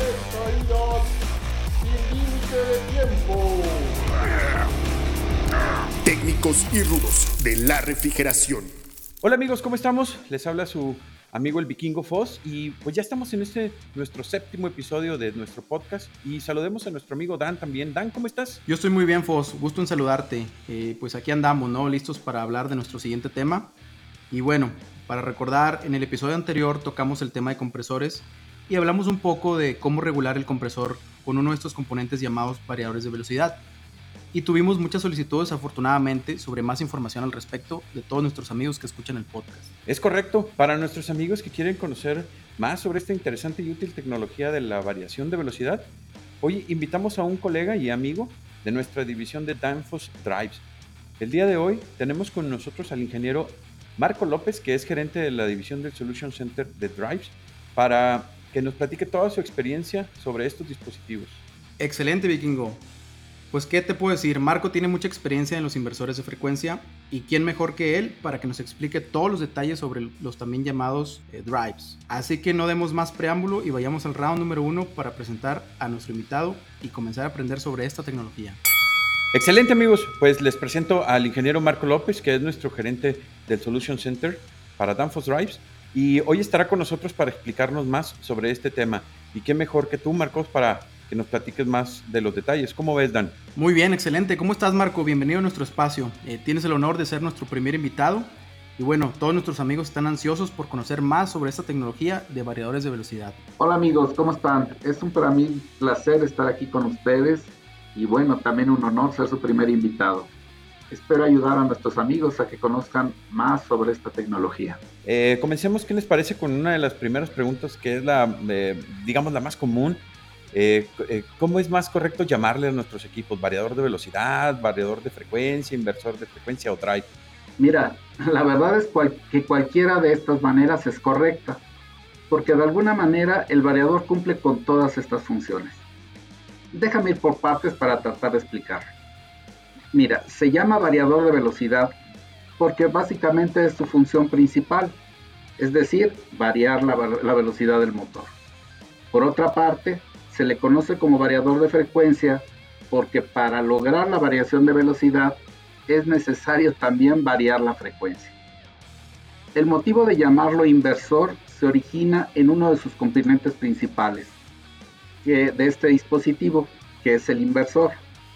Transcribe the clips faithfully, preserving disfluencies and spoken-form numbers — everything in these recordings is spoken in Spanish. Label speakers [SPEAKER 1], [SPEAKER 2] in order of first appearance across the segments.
[SPEAKER 1] caídas sin límite de tiempo.
[SPEAKER 2] Técnicos y rudos de la refrigeración.
[SPEAKER 3] Hola amigos, ¿cómo estamos? Les habla su amigo el Vikingo Foss y pues ya estamos en este nuestro séptimo episodio de nuestro podcast y saludemos a nuestro amigo Dan también. Dan, ¿cómo estás?
[SPEAKER 4] Yo estoy muy bien, Foss, gusto en saludarte. Eh, pues aquí andamos, ¿no? Listos para hablar de nuestro siguiente tema. Y bueno, para recordar, en el episodio anterior tocamos el tema de compresores y hablamos un poco de cómo regular el compresor con uno de estos componentes llamados variadores de velocidad. Y tuvimos muchas solicitudes, afortunadamente, sobre más información al respecto de todos nuestros amigos que escuchan el podcast.
[SPEAKER 3] Es correcto. Para nuestros amigos que quieren conocer más sobre esta interesante y útil tecnología de la variación de velocidad, hoy invitamos a un colega y amigo de nuestra división de Danfoss Drives. El día de hoy tenemos con nosotros al ingeniero Marco López, que es gerente de la división del Solution Center de Drives, para que nos platique toda su experiencia sobre estos dispositivos.
[SPEAKER 4] Excelente, Vikingo. Pues, ¿qué te puedo decir? Marco tiene mucha experiencia en los inversores de frecuencia y quién mejor que él para que nos explique todos los detalles sobre los también llamados eh, drives. Así que no demos más preámbulo y vayamos al round número uno para presentar a nuestro invitado y comenzar a aprender sobre esta tecnología.
[SPEAKER 3] Excelente amigos, pues les presento al ingeniero Marco López, que es nuestro gerente del Solution Center para Danfoss Drives y hoy estará con nosotros para explicarnos más sobre este tema. Y qué mejor que tú, Marcos, para que nos platiques más de los detalles. ¿Cómo ves, Dan?
[SPEAKER 4] Muy bien, excelente. ¿Cómo estás, Marco? Bienvenido a nuestro espacio. Eh, tienes el honor de ser nuestro primer invitado. Y bueno, todos nuestros amigos están ansiosos por conocer más sobre esta tecnología de variadores de velocidad.
[SPEAKER 5] Hola amigos, ¿cómo están? Es un para mí placer estar aquí con ustedes. Y bueno, también un honor ser su primer invitado. Espero ayudar a nuestros amigos a que conozcan más sobre esta tecnología.
[SPEAKER 3] Eh, comencemos, ¿qué les parece con una de las primeras preguntas que es la, eh, digamos, la más común? Eh, eh, ¿Cómo es más correcto llamarle a nuestros equipos? ¿Variador de velocidad, variador de frecuencia, inversor de frecuencia o drive?
[SPEAKER 5] Mira, la verdad es cual, que cualquiera de estas maneras es correcta, porque de alguna manera el variador cumple con todas estas funciones. Déjame ir por partes para tratar de explicar. Mira, se llama variador de velocidad porque básicamente es su función principal, es decir, variar la, la velocidad del motor. Por otra parte, se le conoce como variador de frecuencia porque para lograr la variación de velocidad es necesario también variar la frecuencia. El motivo de llamarlo inversor se origina en uno de sus componentes principales que, de este dispositivo, que es el inversor.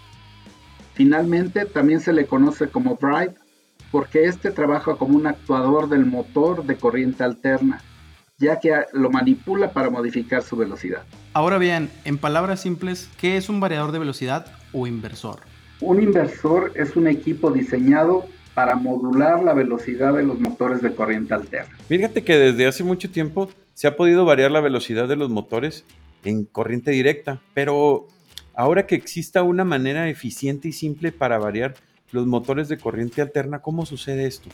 [SPEAKER 5] Finalmente, también se le conoce como drive porque este trabaja como un actuador del motor de corriente alterna, ya que lo manipula para modificar su velocidad.
[SPEAKER 4] Ahora bien, en palabras simples, ¿qué es un variador de velocidad o inversor?
[SPEAKER 5] Un inversor es un equipo diseñado para modular la velocidad de los motores de corriente alterna.
[SPEAKER 3] Fíjate que desde hace mucho tiempo se ha podido variar la velocidad de los motores en corriente directa, pero ahora que exista una manera eficiente y simple para variar los motores de corriente alterna, ¿cómo sucede esto?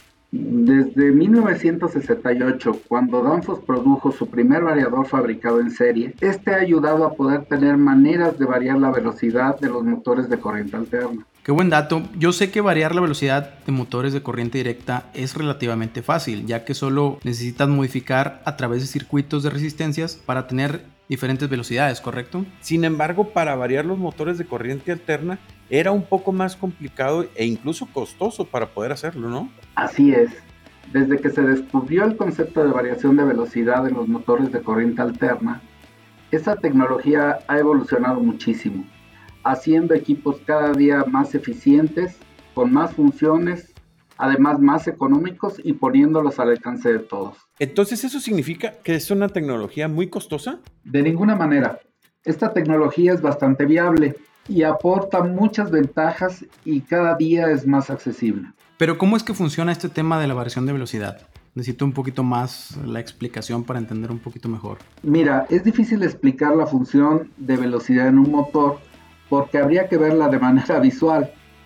[SPEAKER 5] Desde mil novecientos sesenta y ocho, cuando Danfoss produjo su primer variador fabricado en serie, este ha ayudado a poder tener maneras de variar la velocidad de los motores de corriente alterna.
[SPEAKER 4] Qué buen dato. Yo sé que variar la velocidad de motores de corriente directa es relativamente fácil, ya que solo necesitas modificar a través de circuitos de resistencias para tener diferentes velocidades, ¿correcto?
[SPEAKER 3] Sin embargo, para variar los motores de corriente alterna era un poco más complicado e incluso costoso para poder hacerlo, ¿no?
[SPEAKER 5] Así es. Desde que se descubrió el concepto de variación de velocidad en los motores de corriente alterna, esa tecnología ha evolucionado muchísimo, haciendo equipos cada día más eficientes, con más funciones, además más económicos y poniéndolos al alcance de todos.
[SPEAKER 3] Entonces, ¿eso significa que es una tecnología muy costosa?
[SPEAKER 5] De ninguna manera. Esta tecnología es bastante viable y aporta muchas ventajas y cada día es más accesible.
[SPEAKER 4] Pero ¿cómo es que funciona este tema de la variación de velocidad? Necesito un poquito más la explicación para entender un poquito mejor.
[SPEAKER 5] Mira, es difícil explicar la función de velocidad en un motor porque habría que verla de manera visual.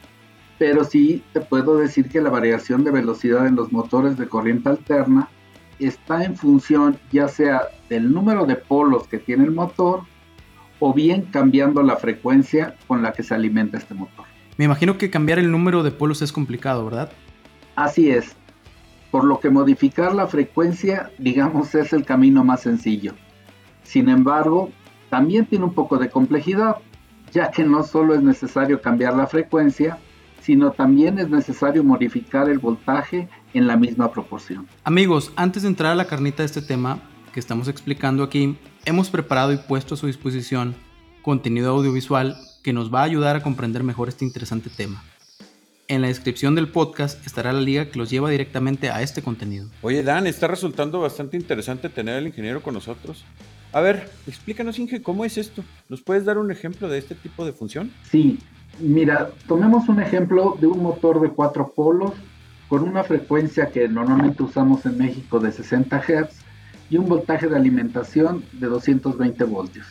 [SPEAKER 5] Pero sí te puedo decir que la variación de velocidad en los motores de corriente alterna está en función ya sea del número de polos que tiene el motor o bien cambiando la frecuencia con la que se alimenta este motor.
[SPEAKER 4] Me imagino que cambiar el número de polos es complicado, ¿verdad?
[SPEAKER 5] Así es, por lo que modificar la frecuencia, digamos, es el camino más sencillo. Sin embargo, También tiene un poco de complejidad, ya que no solo es necesario cambiar la frecuencia, sino también es necesario modificar el voltaje en la misma proporción.
[SPEAKER 4] Amigos, antes de entrar a la carnita de este tema que estamos explicando aquí, hemos preparado y puesto a su disposición contenido audiovisual que nos va a ayudar a comprender mejor este interesante tema. En la descripción del podcast estará la liga que los lleva directamente a este contenido.
[SPEAKER 3] Oye, Dan, está resultando bastante interesante tener al ingeniero con nosotros. A ver, explícanos, Inge, ¿cómo es esto? ¿Nos puedes dar un ejemplo de este tipo de función?
[SPEAKER 5] Sí, mira, tomemos un ejemplo de un motor de cuatro polos con una frecuencia que normalmente usamos en México de sesenta hertz y un voltaje de alimentación de doscientos veinte voltios.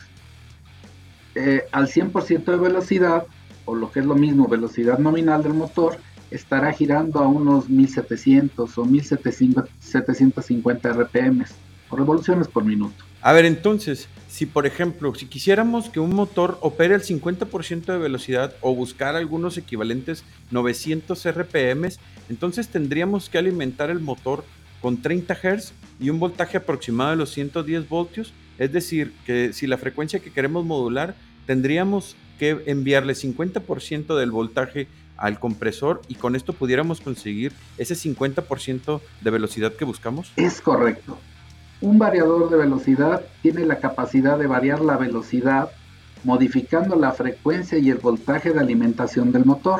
[SPEAKER 5] Eh, al cien por ciento de velocidad, o lo que es lo mismo, velocidad nominal del motor, estará girando a unos mil setecientos o mil setecientos cincuenta R P M, o revoluciones por minuto.
[SPEAKER 3] A ver, entonces, si por ejemplo, si quisiéramos que un motor opere al cincuenta por ciento de velocidad o buscar algunos equivalentes novecientos R P M, entonces tendríamos que alimentar el motor con treinta hertz y un voltaje aproximado de los ciento diez voltios, es decir, que si la frecuencia que queremos modular, tendríamos que enviarle cincuenta por ciento del voltaje al compresor y con esto pudiéramos conseguir ese cincuenta por ciento de velocidad que buscamos.
[SPEAKER 5] Es correcto. Un variador de velocidad tiene la capacidad de variar la velocidad modificando la frecuencia y el voltaje de alimentación del motor.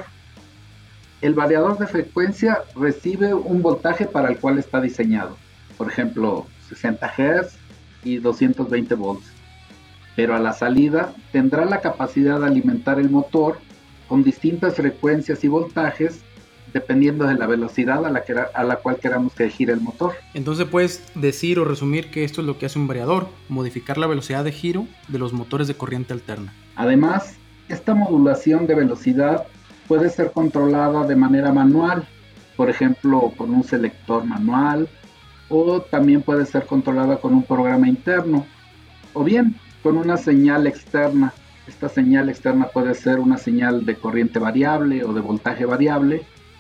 [SPEAKER 5] El variador de frecuencia recibe un voltaje para el cual está diseñado, por ejemplo, sesenta hertz y doscientos veinte volts. Pero a la salida tendrá la capacidad de alimentar el motor con distintas frecuencias y voltajes dependiendo de la velocidad a la, que, a la cual queramos que gire el motor.
[SPEAKER 4] Entonces puedes decir o resumir que esto es lo que hace un variador, modificar la velocidad de giro de los motores de corriente alterna.
[SPEAKER 5] Además, esta modulación de velocidad puede ser controlada de manera manual, por ejemplo con un selector manual, o también puede ser controlada con un programa interno, o bien con una señal externa. Esta señal externa puede ser una señal de corriente variable o de voltaje variable,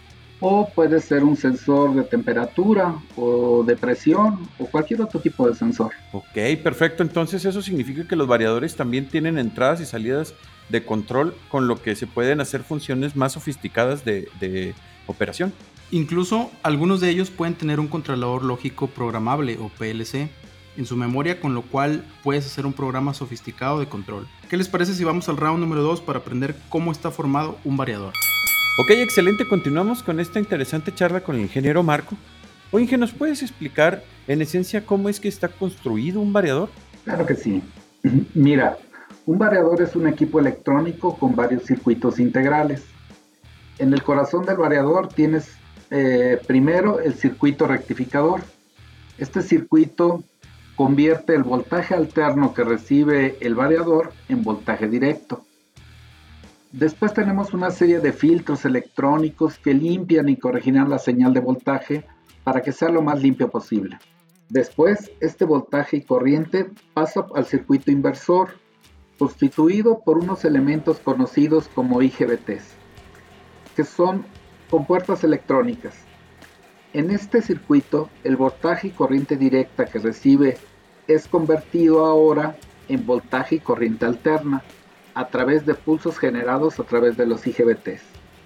[SPEAKER 5] o puede ser un sensor de temperatura o de presión o cualquier otro tipo de sensor.
[SPEAKER 3] Ok, perfecto. Entonces eso significa que los variadores también tienen entradas y salidas de control, con lo que se pueden hacer funciones más sofisticadas de, de operación.
[SPEAKER 4] Incluso algunos de ellos pueden tener un controlador lógico programable o P L C en su memoria, con lo cual puedes hacer un programa sofisticado de control. ¿Qué les parece si vamos al round número dos para aprender cómo está formado un variador?
[SPEAKER 3] Ok, excelente. Continuamos con esta interesante charla con el ingeniero Marco. Oye, Inge, ¿nos puedes explicar en esencia cómo es que está construido un variador?
[SPEAKER 5] Claro que sí. Mira, un variador es un equipo electrónico con varios circuitos integrales. En el corazón del variador tienes eh, primero el circuito rectificador. Este circuito convierte el voltaje alterno que recibe el variador en voltaje directo. Después tenemos una serie de filtros electrónicos que limpian y corregirán la señal de voltaje para que sea lo más limpio posible. Después, este voltaje y corriente pasa al circuito inversor, constituido por unos elementos conocidos como I G B Ts, que son compuertas electrónicas. En este circuito, el voltaje y corriente directa que recibe es convertido ahora en voltaje y corriente alterna a través de pulsos generados a través de los I G B Ts.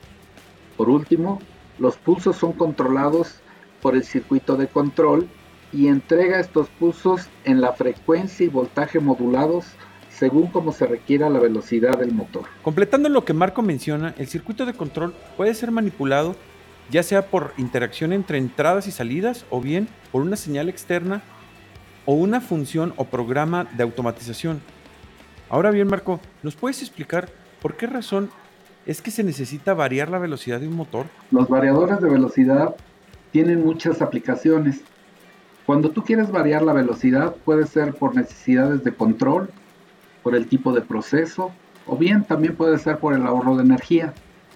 [SPEAKER 5] Por último, los pulsos son controlados por el circuito de control y entrega estos pulsos en la frecuencia y voltaje modulados según como se requiera la velocidad del motor.
[SPEAKER 3] Completando lo que Marco menciona, el circuito de control puede ser manipulado ya sea por interacción entre entradas y salidas o bien por una señal externa o una función o programa de automatización. Ahora bien, Marco, ¿nos puedes explicar por qué razón es que se necesita variar la velocidad de un motor?
[SPEAKER 5] Los variadores de velocidad tienen muchas aplicaciones. Cuando tú quieres variar la velocidad, puede ser por necesidades de control, por el tipo de proceso, o bien también puede ser por el ahorro de energía.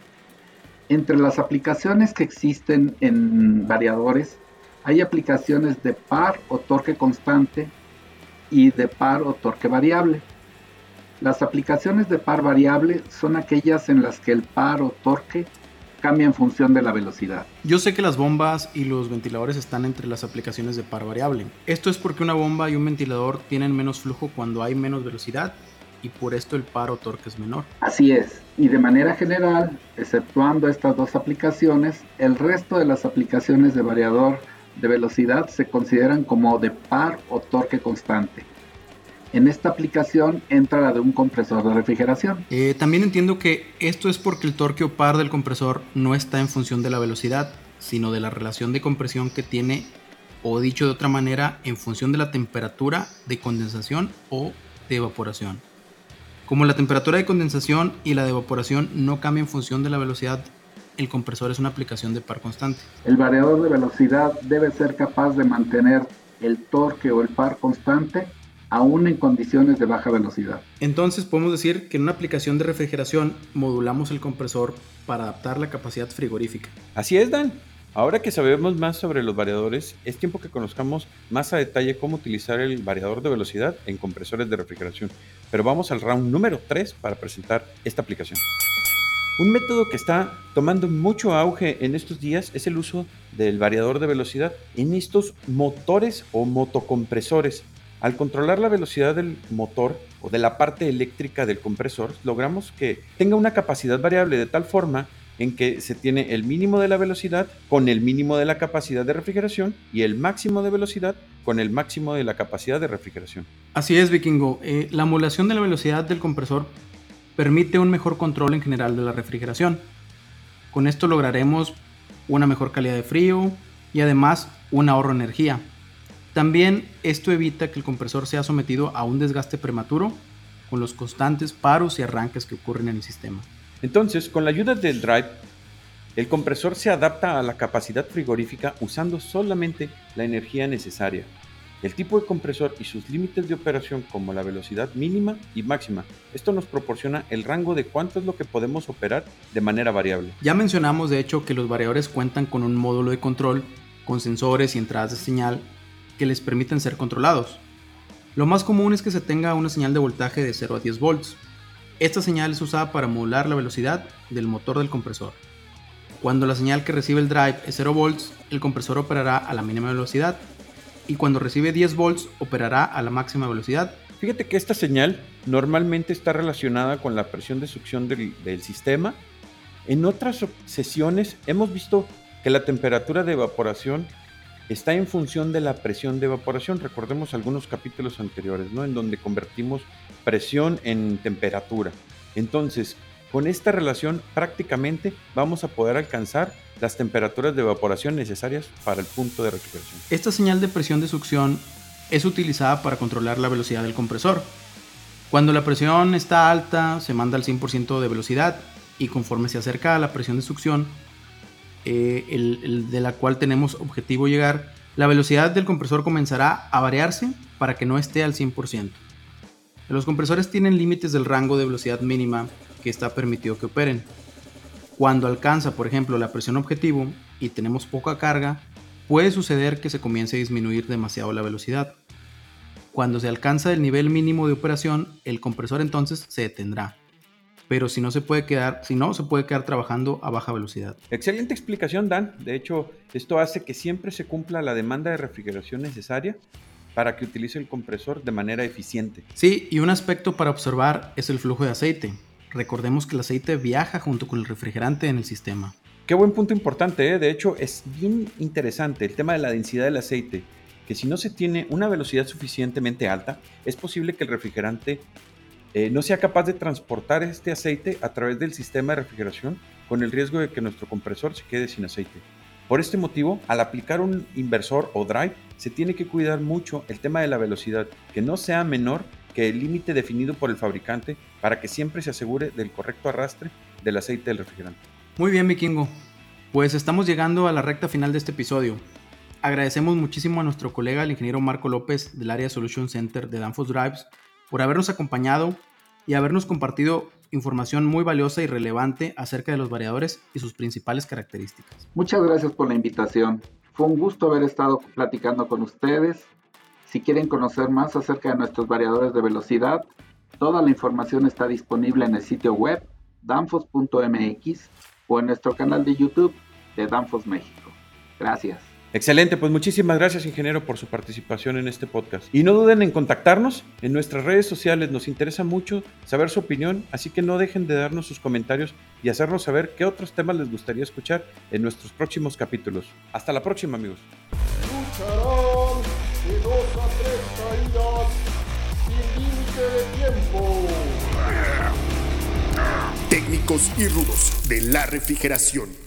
[SPEAKER 5] Entre las aplicaciones que existen en variadores, hay aplicaciones de par o torque constante y de par o torque variable. Las aplicaciones de par variable son aquellas en las que el par o torque cambia en función de la velocidad.
[SPEAKER 4] Yo sé que las bombas y los ventiladores están entre las aplicaciones de par variable. Esto es porque una bomba y un ventilador tienen menos flujo cuando hay menos velocidad y por esto el par o torque es menor.
[SPEAKER 5] Así es, y de manera general, exceptuando estas dos aplicaciones, el resto de las aplicaciones de variador de velocidad se consideran como de par o torque constante. En esta aplicación entra la de un compresor de refrigeración.
[SPEAKER 4] Eh, también entiendo que esto es porque el torque o par del compresor no está en función de la velocidad, sino de la relación de compresión que tiene, o dicho de otra manera, en función de la temperatura de condensación o de evaporación. Como la temperatura de condensación y la de evaporación no cambia en función de la velocidad, el compresor es una aplicación de par constante.
[SPEAKER 5] El variador de velocidad debe ser capaz de mantener el torque o el par constante aún en condiciones de baja velocidad.
[SPEAKER 4] Entonces podemos decir que en una aplicación de refrigeración modulamos el compresor para adaptar la capacidad frigorífica.
[SPEAKER 3] Así es, Dan. Ahora que sabemos más sobre los variadores, es tiempo que conozcamos más a detalle cómo utilizar el variador de velocidad en compresores de refrigeración. Pero vamos al round número tres para presentar esta aplicación. Un método que está tomando mucho auge en estos días es el uso del variador de velocidad en estos motores o motocompresores. Al controlar la velocidad del motor o de la parte eléctrica del compresor, logramos que tenga una capacidad variable de tal forma en que se tiene el mínimo de la velocidad con el mínimo de la capacidad de refrigeración y el máximo de velocidad con el máximo de la capacidad de refrigeración.
[SPEAKER 4] Así es, Vikingo. Eh, la modulación de la velocidad del compresor permite un mejor control en general de la refrigeración. Con esto lograremos una mejor calidad de frío y además un ahorro de energía. También esto evita que el compresor sea sometido a un desgaste prematuro con los constantes paros y arranques que ocurren en el sistema.
[SPEAKER 3] Entonces, con la ayuda del drive, el compresor se adapta a la capacidad frigorífica usando solamente la energía necesaria. El tipo de compresor y sus límites de operación como la velocidad mínima y máxima. Esto nos proporciona el rango de cuánto es lo que podemos operar de manera variable.
[SPEAKER 4] Ya mencionamos de hecho que los variadores cuentan con un módulo de control con sensores y entradas de señal que les permiten ser controlados. Lo más común es que se tenga una señal de voltaje de cero a diez volts. Esta señal es usada para modular la velocidad del motor del compresor. Cuando la señal que recibe el drive es cero volts, el compresor operará a la mínima velocidad, y cuando recibe diez volts operará a la máxima velocidad.
[SPEAKER 3] Fíjate que esta señal normalmente está relacionada con la presión de succión del, del sistema. En otras sesiones hemos visto que la temperatura de evaporación está en función de la presión de evaporación. Recordemos algunos capítulos anteriores, ¿no? En donde convertimos presión en temperatura. Entonces, con esta relación prácticamente vamos a poder alcanzar las temperaturas de evaporación necesarias para el punto de refrigeración.
[SPEAKER 4] Esta señal de presión de succión es utilizada para controlar la velocidad del compresor. Cuando la presión está alta, se manda al cien por ciento de velocidad, y conforme se acerca a la presión de succión, eh, el, el de la cual tenemos objetivo llegar, la velocidad del compresor comenzará a variarse para que no esté al cien por ciento. Los compresores tienen límites del rango de velocidad mínima que está permitido que operen. Cuando alcanza, por ejemplo, la presión objetivo y tenemos poca carga, puede suceder que se comience a disminuir demasiado la velocidad. Cuando se alcanza el nivel mínimo de operación, el compresor entonces se detendrá. Pero si no se puede quedar, si no, se puede quedar trabajando a baja velocidad.
[SPEAKER 3] Excelente explicación, Dan. De hecho, esto hace que siempre se cumpla la demanda de refrigeración necesaria para que utilice el compresor de manera eficiente.
[SPEAKER 4] Sí, y un aspecto para observar es el flujo de aceite. Recordemos que el aceite viaja junto con el refrigerante en el sistema.
[SPEAKER 3] Qué buen punto importante, ¿eh? De hecho, es bien interesante el tema de la densidad del aceite, que si no se tiene una velocidad suficientemente alta, es posible que el refrigerante eh, no sea capaz de transportar este aceite a través del sistema de refrigeración, con el riesgo de que nuestro compresor se quede sin aceite. Por este motivo, al aplicar un inversor o drive, se tiene que cuidar mucho el tema de la velocidad, que no sea menor que el límite definido por el fabricante para que siempre se asegure del correcto arrastre del aceite del refrigerante.
[SPEAKER 4] Muy bien, Vikingo. Pues estamos llegando a la recta final de este episodio. Agradecemos muchísimo a nuestro colega, el ingeniero Marco López, del área Solution Center de Danfoss Drives, por habernos acompañado y habernos compartido información muy valiosa y relevante acerca de los variadores y sus principales características.
[SPEAKER 5] Muchas gracias por la invitación. Fue un gusto haber estado platicando con ustedes. Si quieren conocer más acerca de nuestros variadores de velocidad, toda la información está disponible en el sitio web danfoss punto m x o en nuestro canal de YouTube de Danfoss México. Gracias.
[SPEAKER 3] Excelente, pues muchísimas gracias, ingeniero, por su participación en este podcast. Y no duden en contactarnos en nuestras redes sociales, nos interesa mucho saber su opinión, así que no dejen de darnos sus comentarios y hacernos saber qué otros temas les gustaría escuchar en nuestros próximos capítulos. Hasta la próxima, amigos.
[SPEAKER 1] Lucharán de dos a tres caídas sin límite de tiempo.
[SPEAKER 2] Técnicos y rudos de la refrigeración.